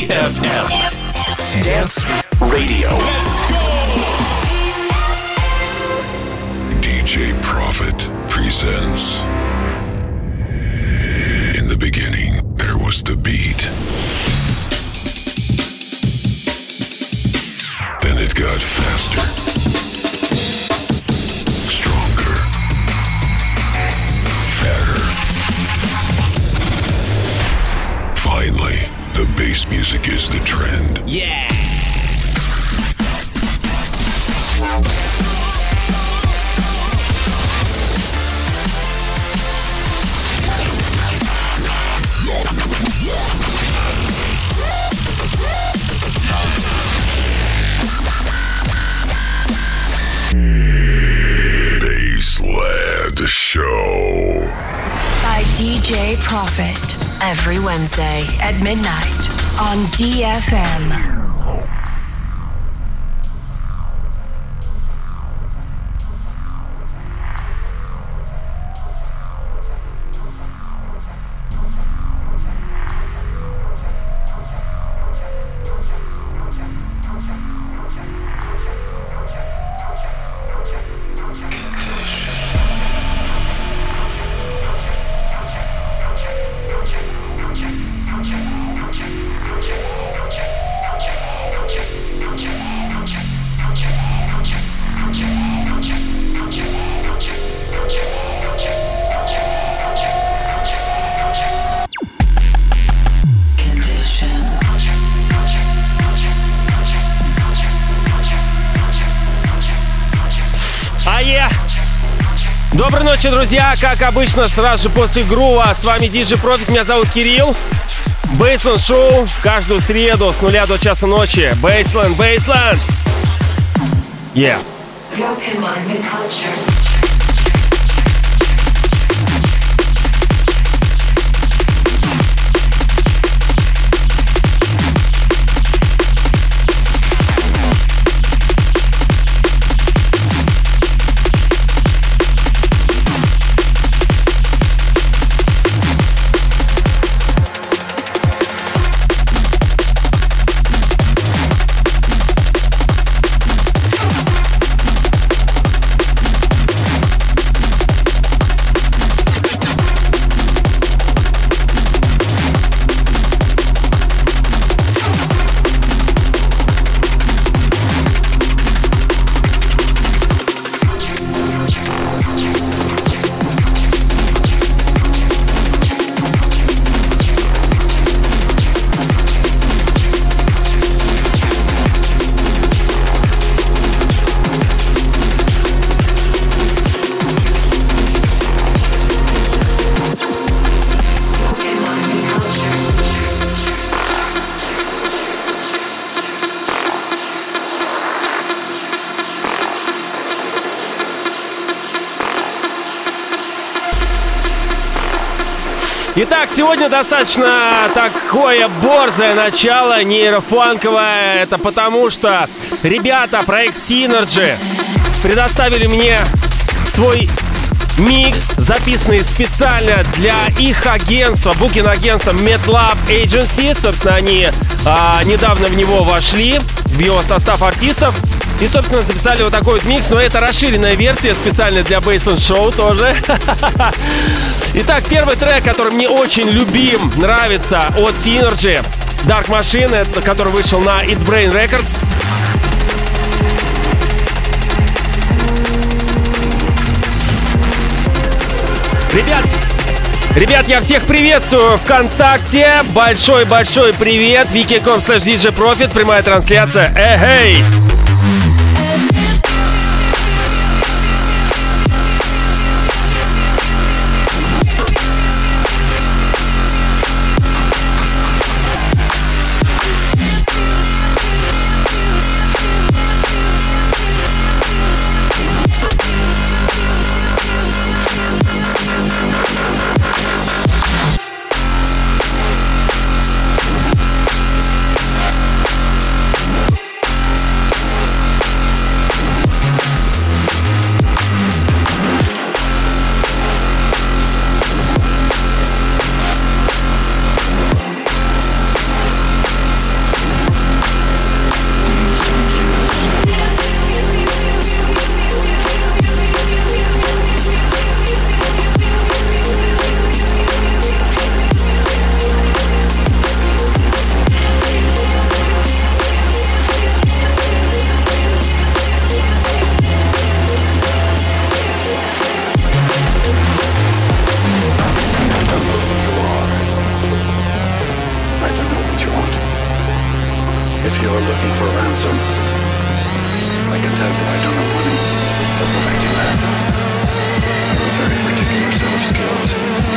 DFM Dance Radio. DJ Prophet presents. In the beginning, there was the beat. Then it got faster, stronger, fatter. Finally, the bass music is the trend. Yeah! Bassland Show by DJ Prophet every Wednesday at midnight on DFM. Доброй ночи, друзья! Как обычно, сразу же после грува с вами DJ Profit, меня зовут Кирилл. Bassland Show каждую среду с 0 до часа ночи. Bassland, Bassland! Yeah! Итак, сегодня достаточно такое борзое начало, нейрофанковое. Это потому, что ребята, проект Synergy, предоставили мне свой микс, записанный специально для их агентства, букинг-агентства MedLab Agency. Собственно, они недавно в него вошли, в его состав артистов. И, собственно, записали вот такой вот микс, но это расширенная версия, специально для Bassland Show тоже. Итак, первый трек, который мне очень любим, нравится, от Synergy, Dark Machine, который вышел на Eat Brain Records. Ребят, я всех приветствую ВКонтакте. Большой-большой привет. wiki.com/DJ Profit, прямая трансляция. Эй! for ransom. I can tell you I don't have money, but I do have a very particular set of skills.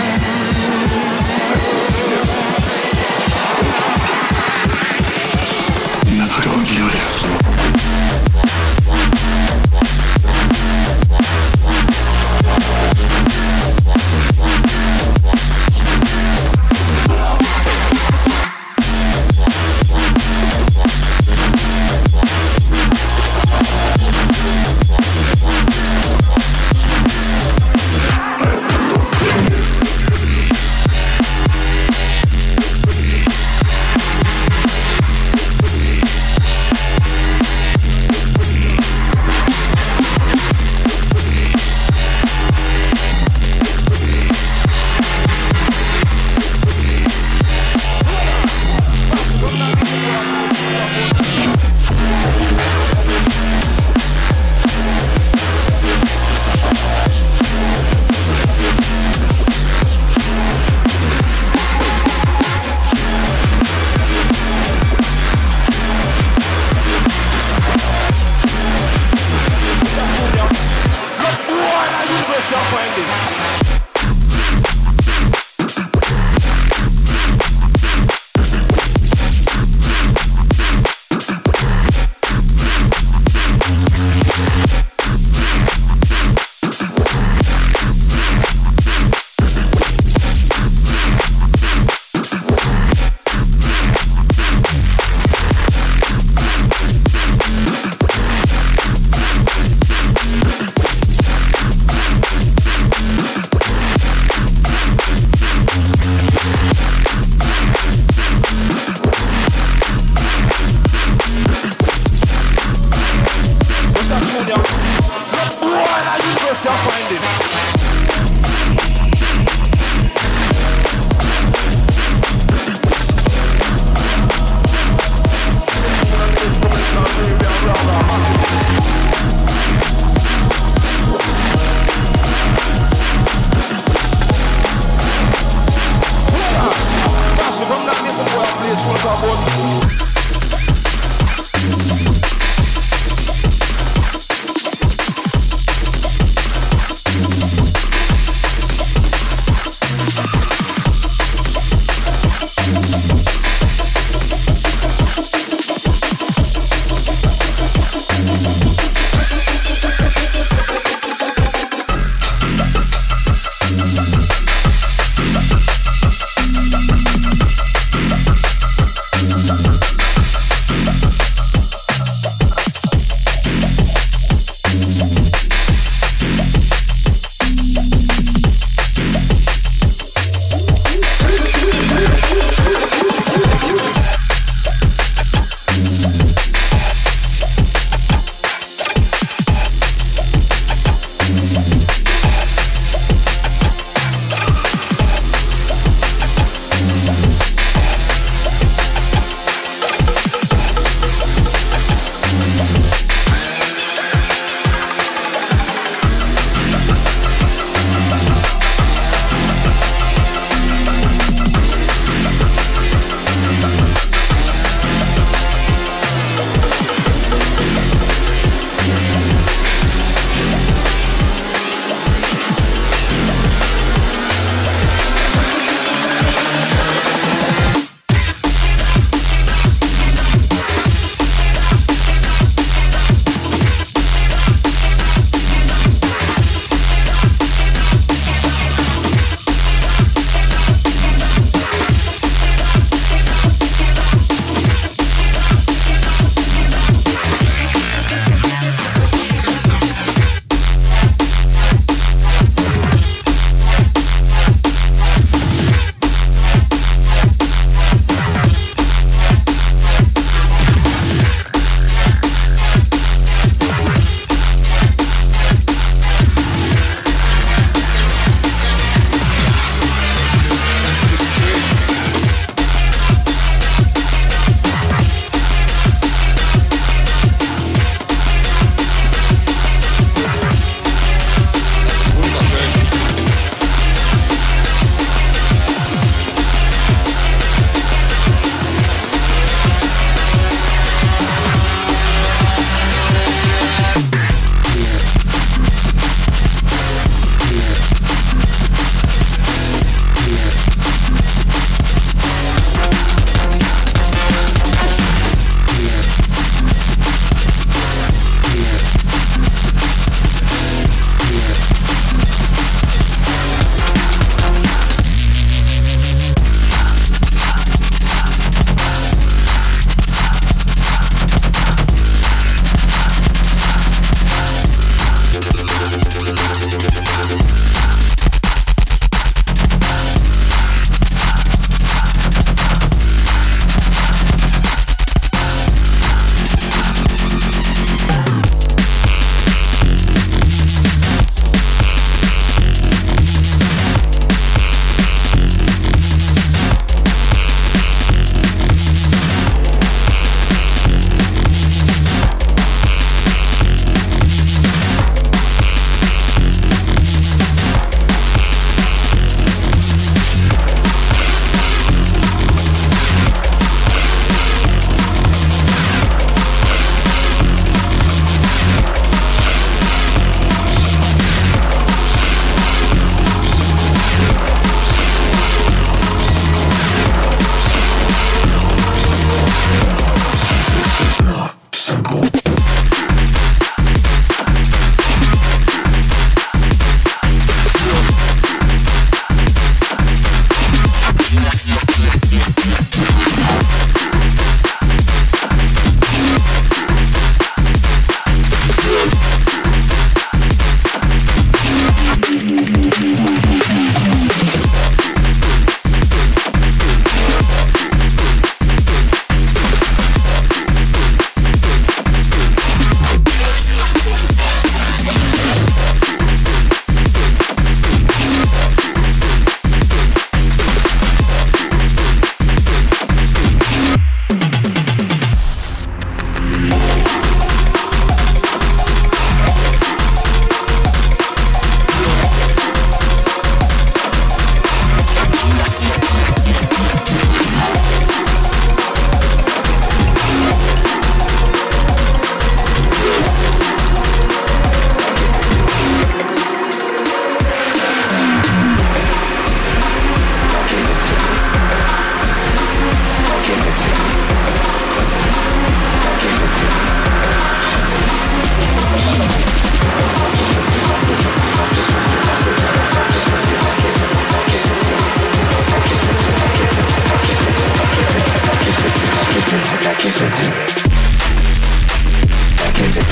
I work for you. Let's go, Juliet.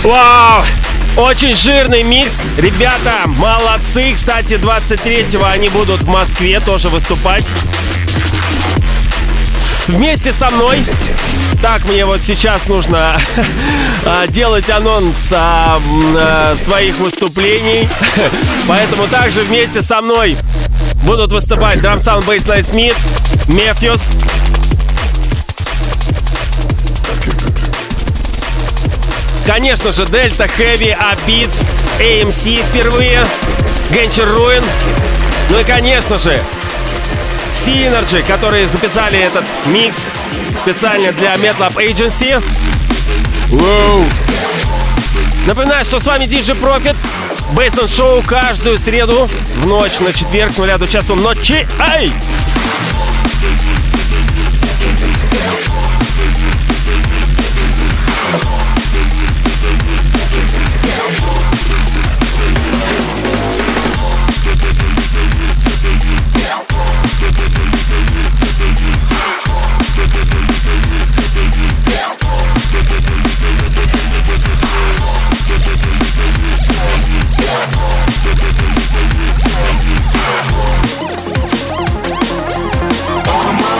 Вау! Очень жирный микс. Ребята, молодцы. Кстати, 23-го они будут в Москве тоже выступать. Вместе со мной. Так, мне вот сейчас нужно делать анонс своих выступлений. Поэтому также вместе со мной будут выступать Drum Sound Bass Night Smith, Мефьюс, конечно же, Delta Heavy, A-Beats, AMC впервые, Gencher Ruin, ну и, конечно же, Synergy, которые записали этот микс специально для Metal Up Agency. Воу. Напоминаю, что с вами DJ Profit. Bassland Show каждую среду в ночь на четверг с 0 до часу ночи. Ай! All my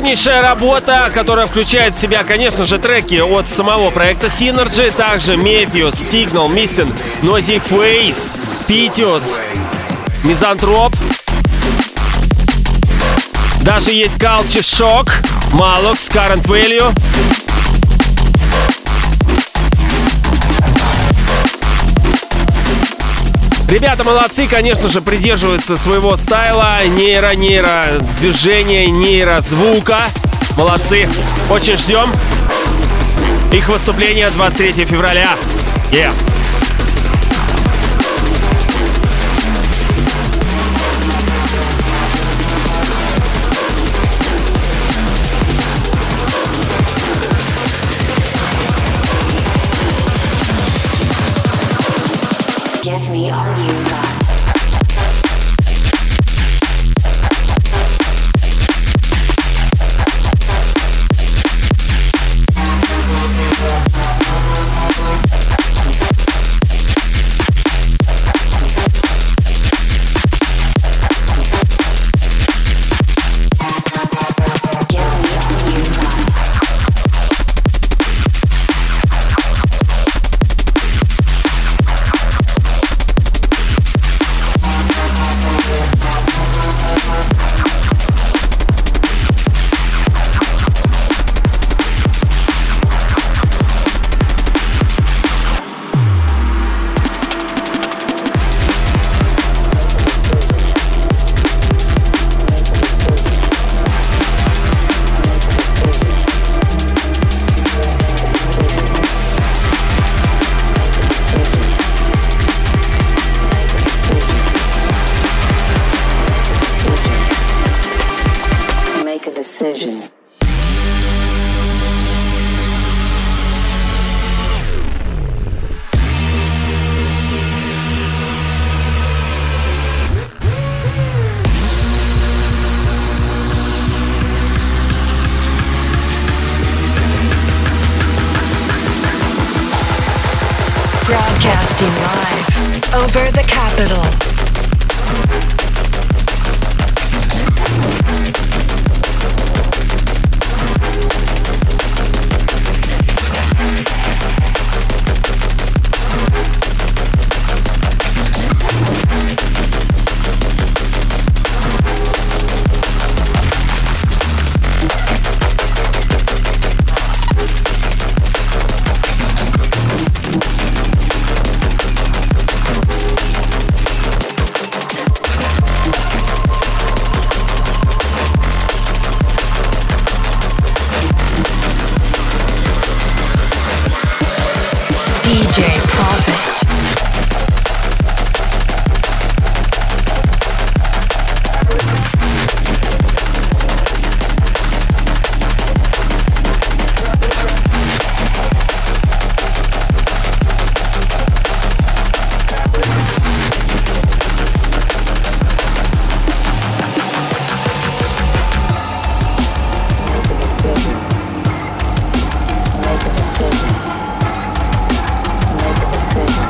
Шикарнейшая работа, которая включает в себя, конечно же, треки от самого проекта Synergy, также Mephius, Signal, Missing, Noisy Face, Piteous, Misanthrope. Даже есть Culture Shock, Malux, Current Value. Ребята молодцы, конечно же, придерживаются своего стайла, нейро движения, нейрозвука. Молодцы. Очень ждем их выступления 23 февраля. Yeah. Give me all you got. Decision. Broadcasting live over the capital. DJ Prophet. Make a decision.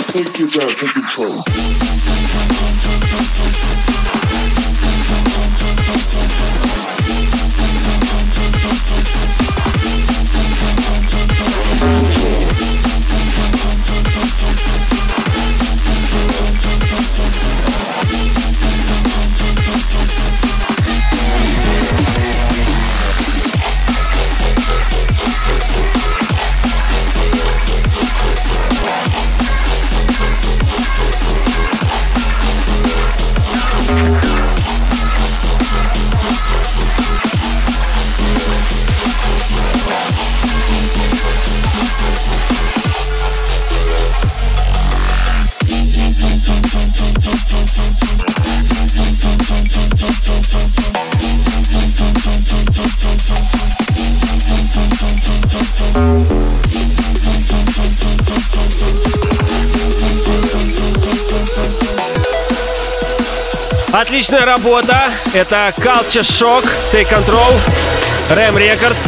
Отличная работа. Это Culture Shock, Take Control, Ram Records.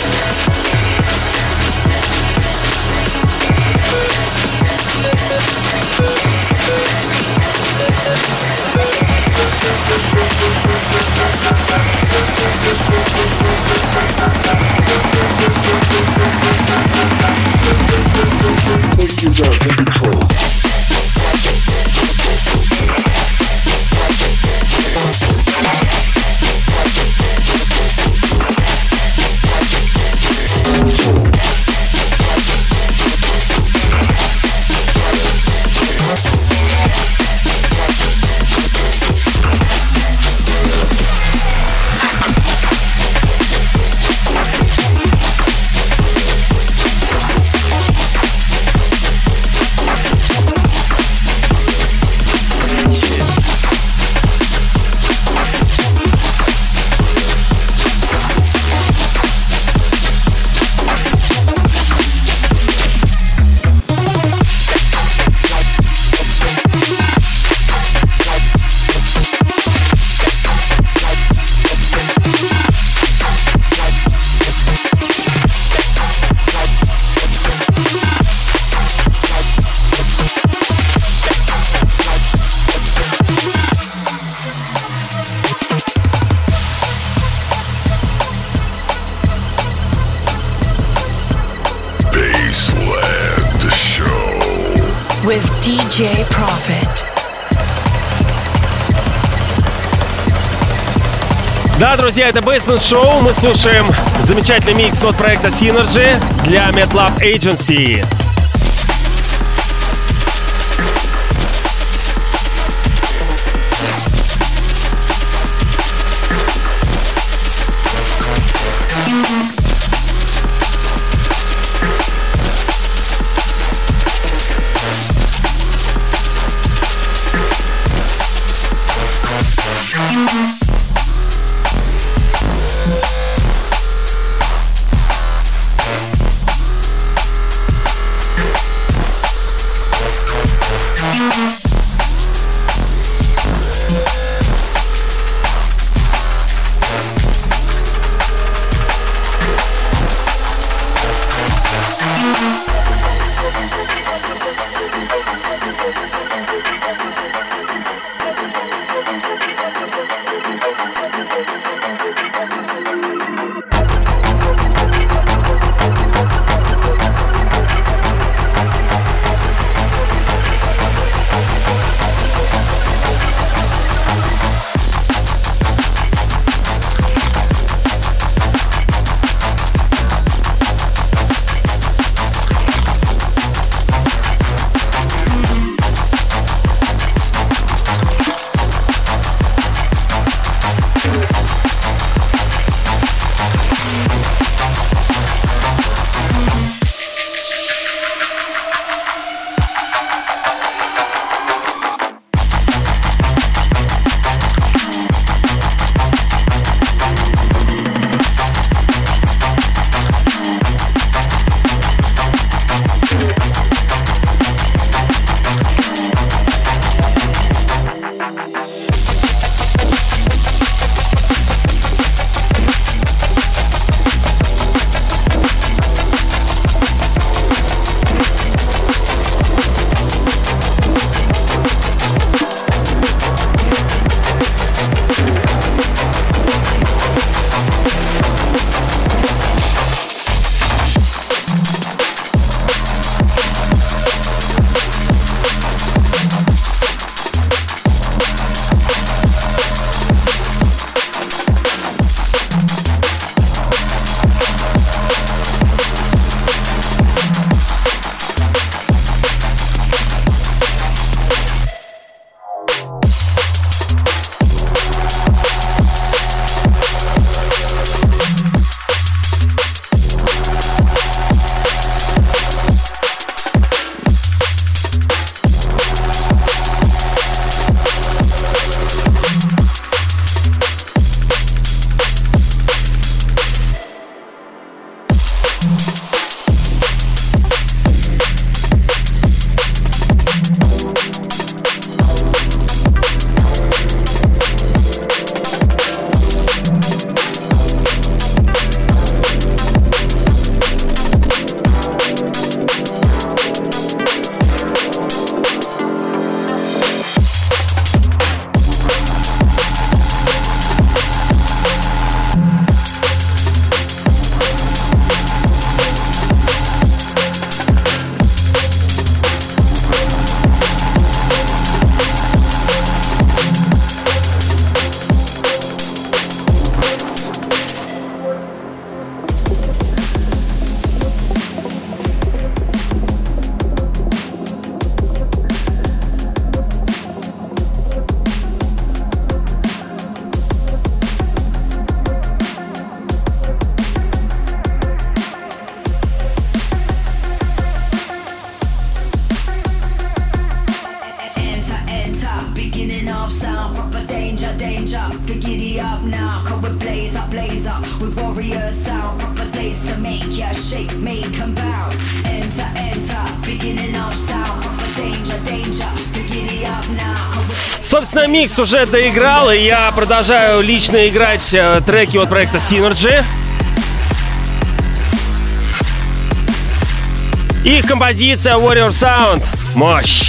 With DJ Profit. Да, друзья, это Basement Show. Мы слушаем замечательный микс от проекта Synergy для MedLab Agency. sound, proper danger, danger. Giddy up now, cause we blaze up with warrior sound, proper place to make ya shake, make and bounce. Enter, enter, beginning of sound, proper danger, danger. Giddy up now, cause we... Собственно, микс уже доиграл, и я продолжаю лично играть треки от проекта Synergy. Их композиция Warrior Sound. Мощь!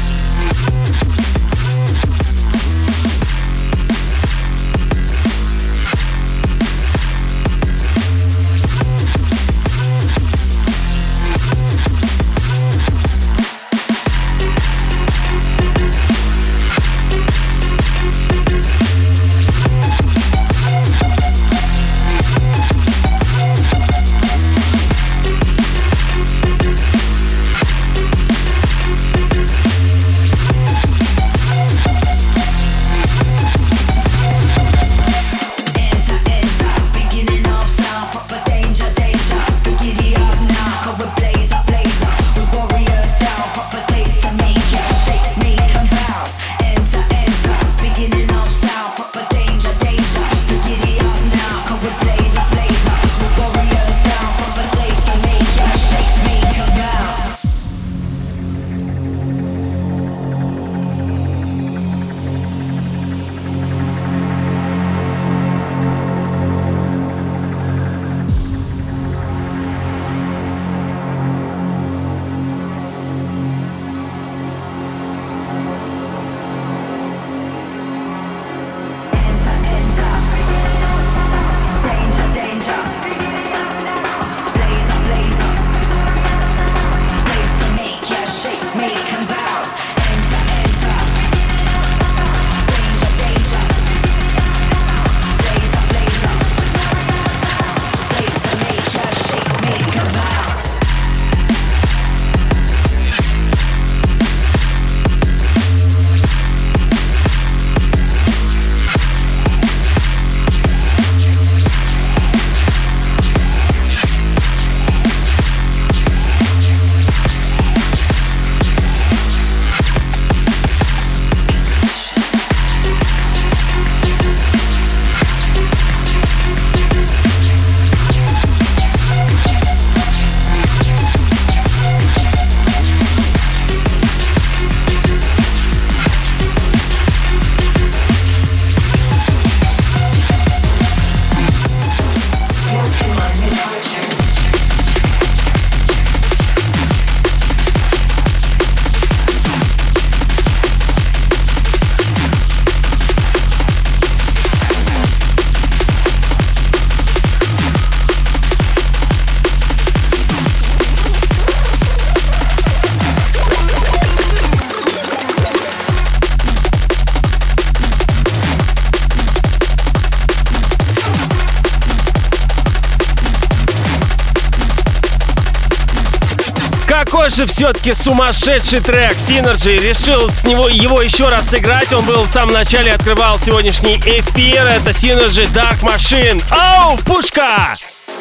Какой же все-таки сумасшедший трек. Synergy решил его еще раз сыграть. Он был в самом начале, открывал сегодняшний эфир. Это Synergy Dark Machine. Оу, пушка!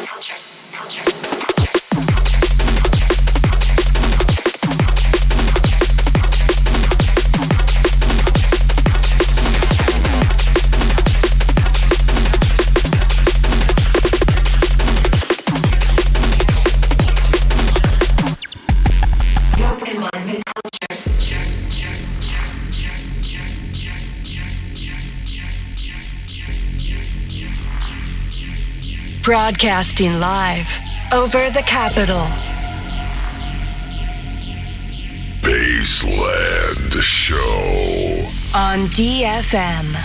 Broadcasting live over the capital. Baseland Show On DFM.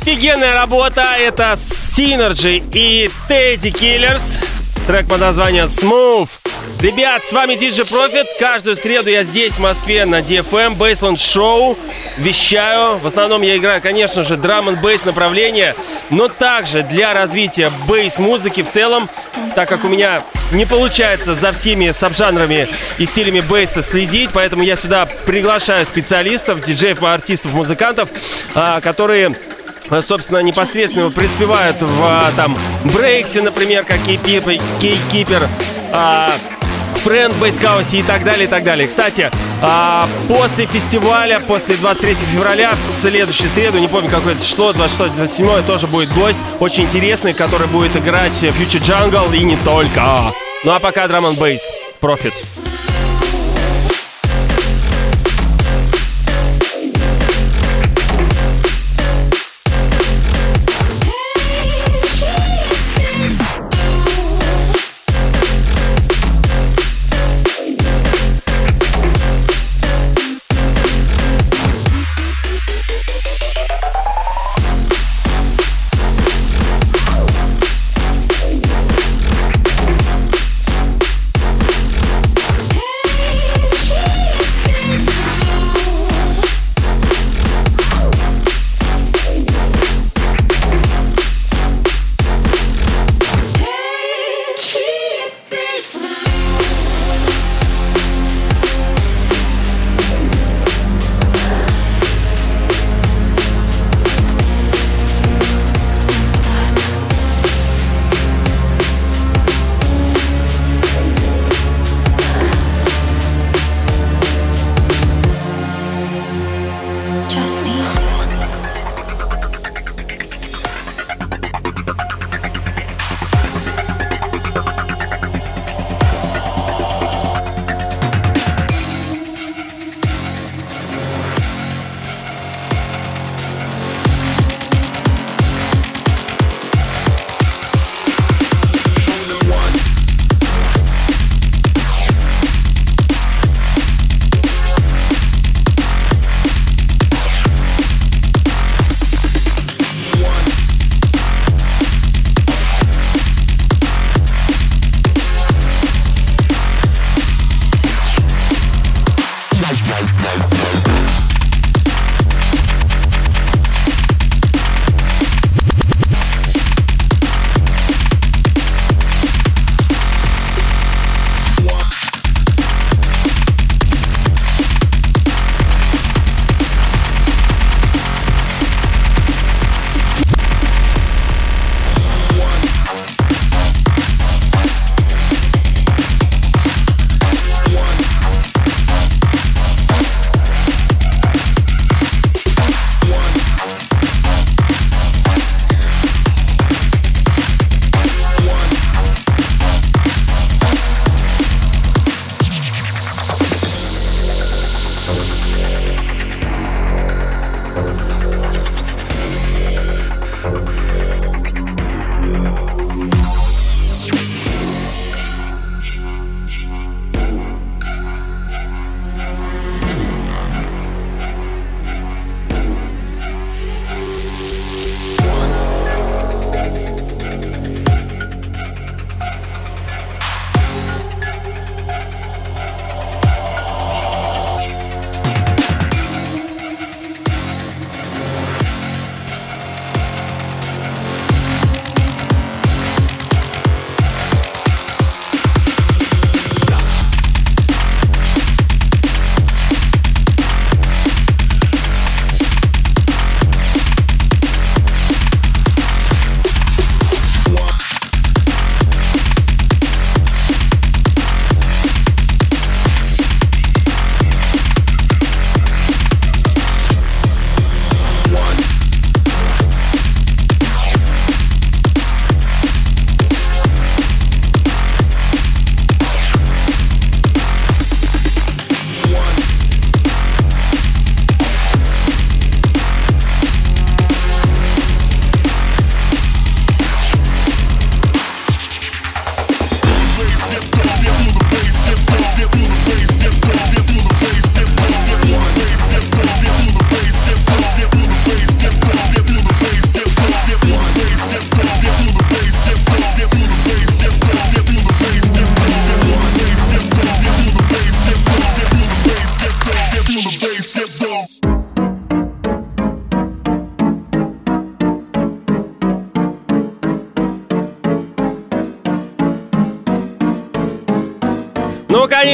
Офигенная работа. Это Synergy и Teddy Killers. Трек под названием Smooth. Ребят, с вами DJ Profit. Каждую среду я здесь, в Москве, на DFM Bassland Show вещаю. В основном я играю, конечно же, драм-н-бейс направление, но также для развития бейс-музыки в целом, так как у меня не получается за всеми саб-жанрами и стилями бейса следить, поэтому я сюда приглашаю специалистов, диджеев, артистов, музыкантов, которые, собственно, непосредственно преуспевают в там брейксе, например, как Кейкипер, Френд, Бейскаусе и так далее, и так далее. Кстати, после фестиваля, после 23 февраля, в следующую среду, не помню какое это число, 26-27, тоже будет гость, очень интересный, который будет играть Future Jungle и не только. Ну а пока Drum & Bass, Profit.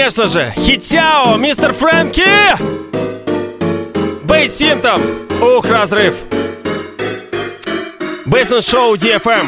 конечно же, Хитяо, мистер Фрэнки! Бейс-синтом. Ух, разрыв. Бейсмент Шоу DFM.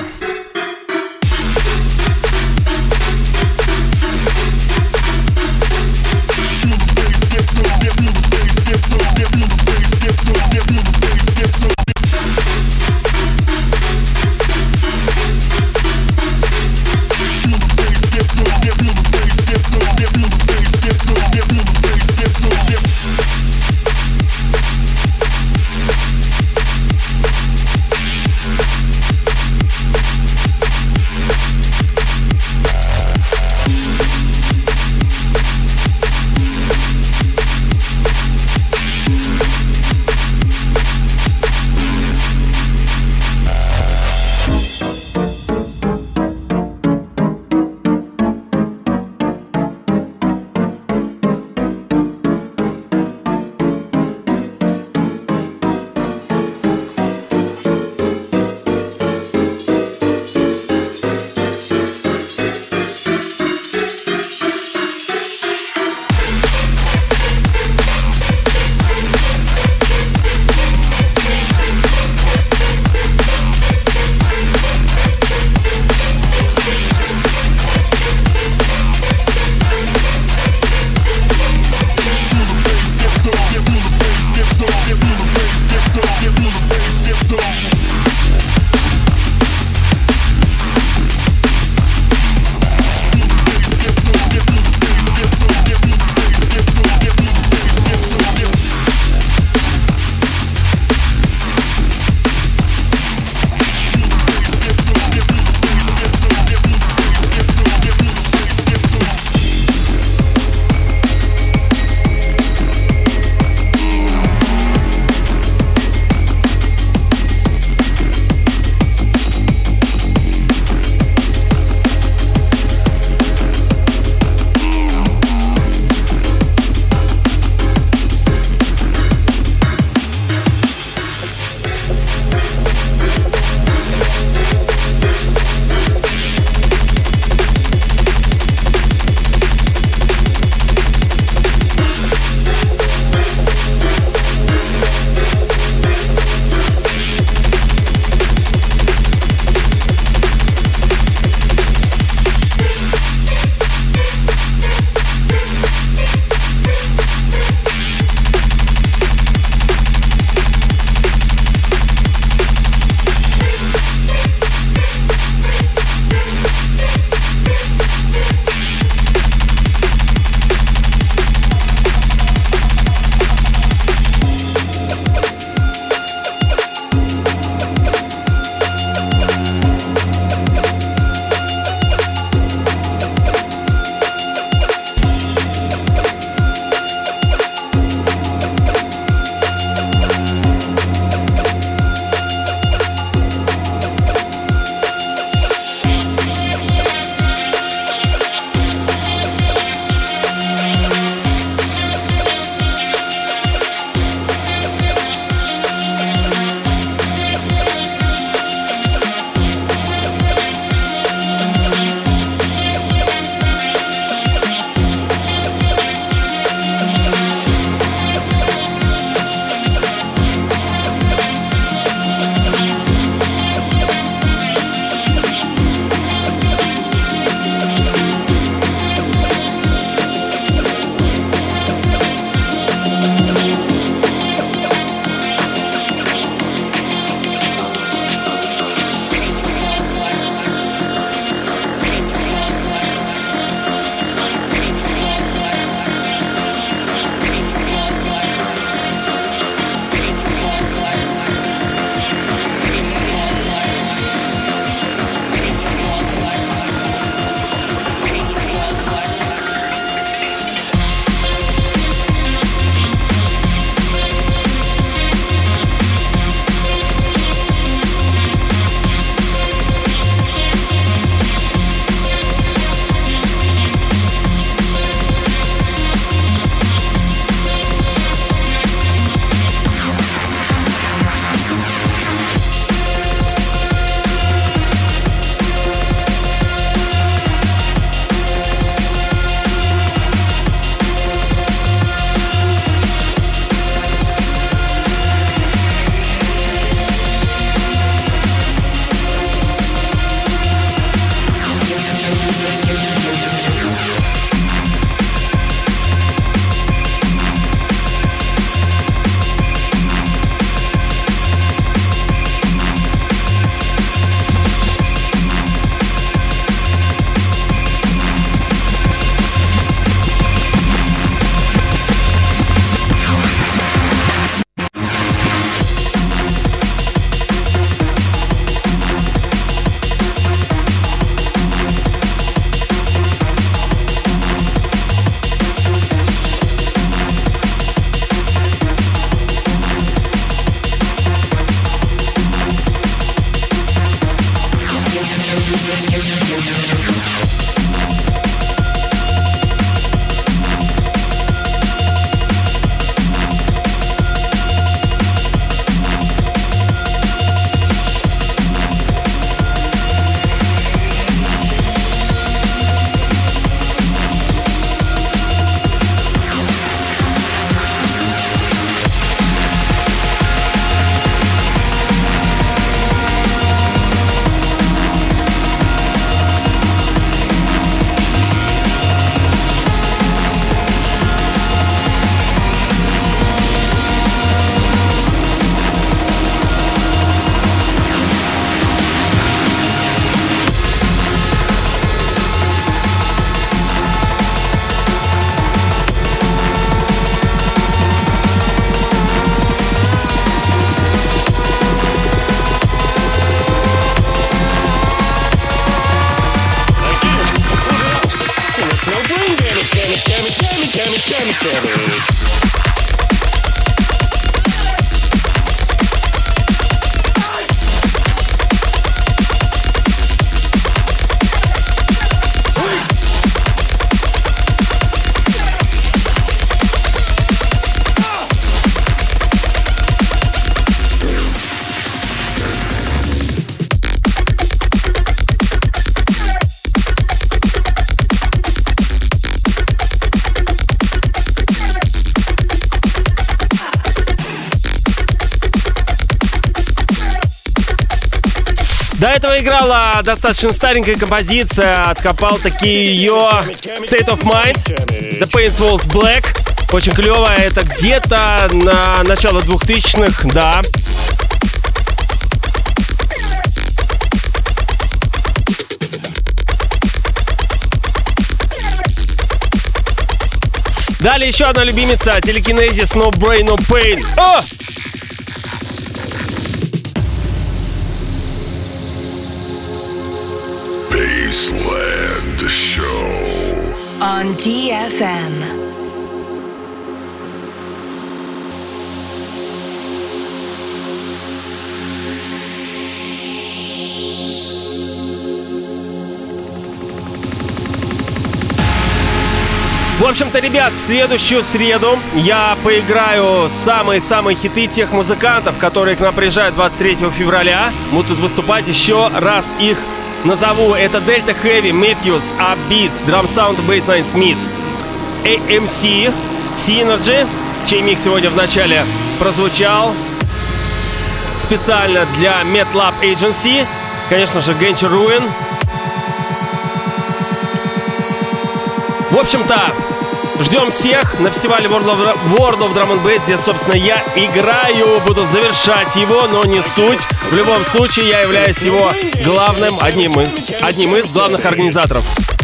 До этого играла достаточно старенькая композиция, откопал таки ее State of Mind, The Paints Walls Black. Очень клевая, это где-то на начало 2000-х, да. Далее еще одна любимица, Telekinesis, No Brain, No Pain. О! Baseland Show on DFM. В общем-то, ребят, в следующую среду я поиграю самые-самые хиты тех музыкантов, которые к нам приезжают 23 февраля. Будут выступать, еще раз их назову. Это Delta Heavy, Matthews, Upbeats, Drum Sound, Bassline Smith, AMC, Synergy, чей микс сегодня в начале прозвучал специально для MetLab Agency. Конечно же, Genture Ruin. В общем-то, ждем всех на фестивале World of Drum and Bass, где, собственно, я играю, буду завершать его, но не суть. В любом случае, я являюсь его главным, одним из главных организаторов.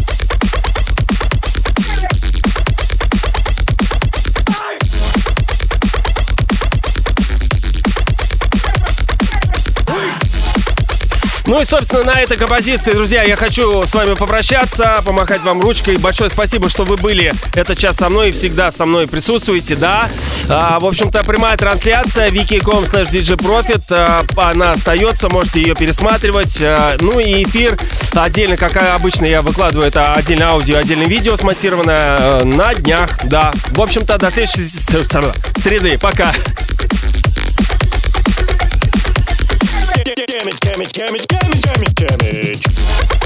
Ну и, собственно, на этой композиции, друзья, я хочу с вами попрощаться, помахать вам ручкой. Большое спасибо, что вы были этот час со мной и всегда со мной присутствуете, да. В общем-то, прямая трансляция wiki.com/djprofit, она остается, можете ее пересматривать. Ну и эфир отдельно, как обычно, я выкладываю это отдельно аудио, отдельно видео смонтированное на днях, да. В общем-то, до следующей среды. Пока. Damage.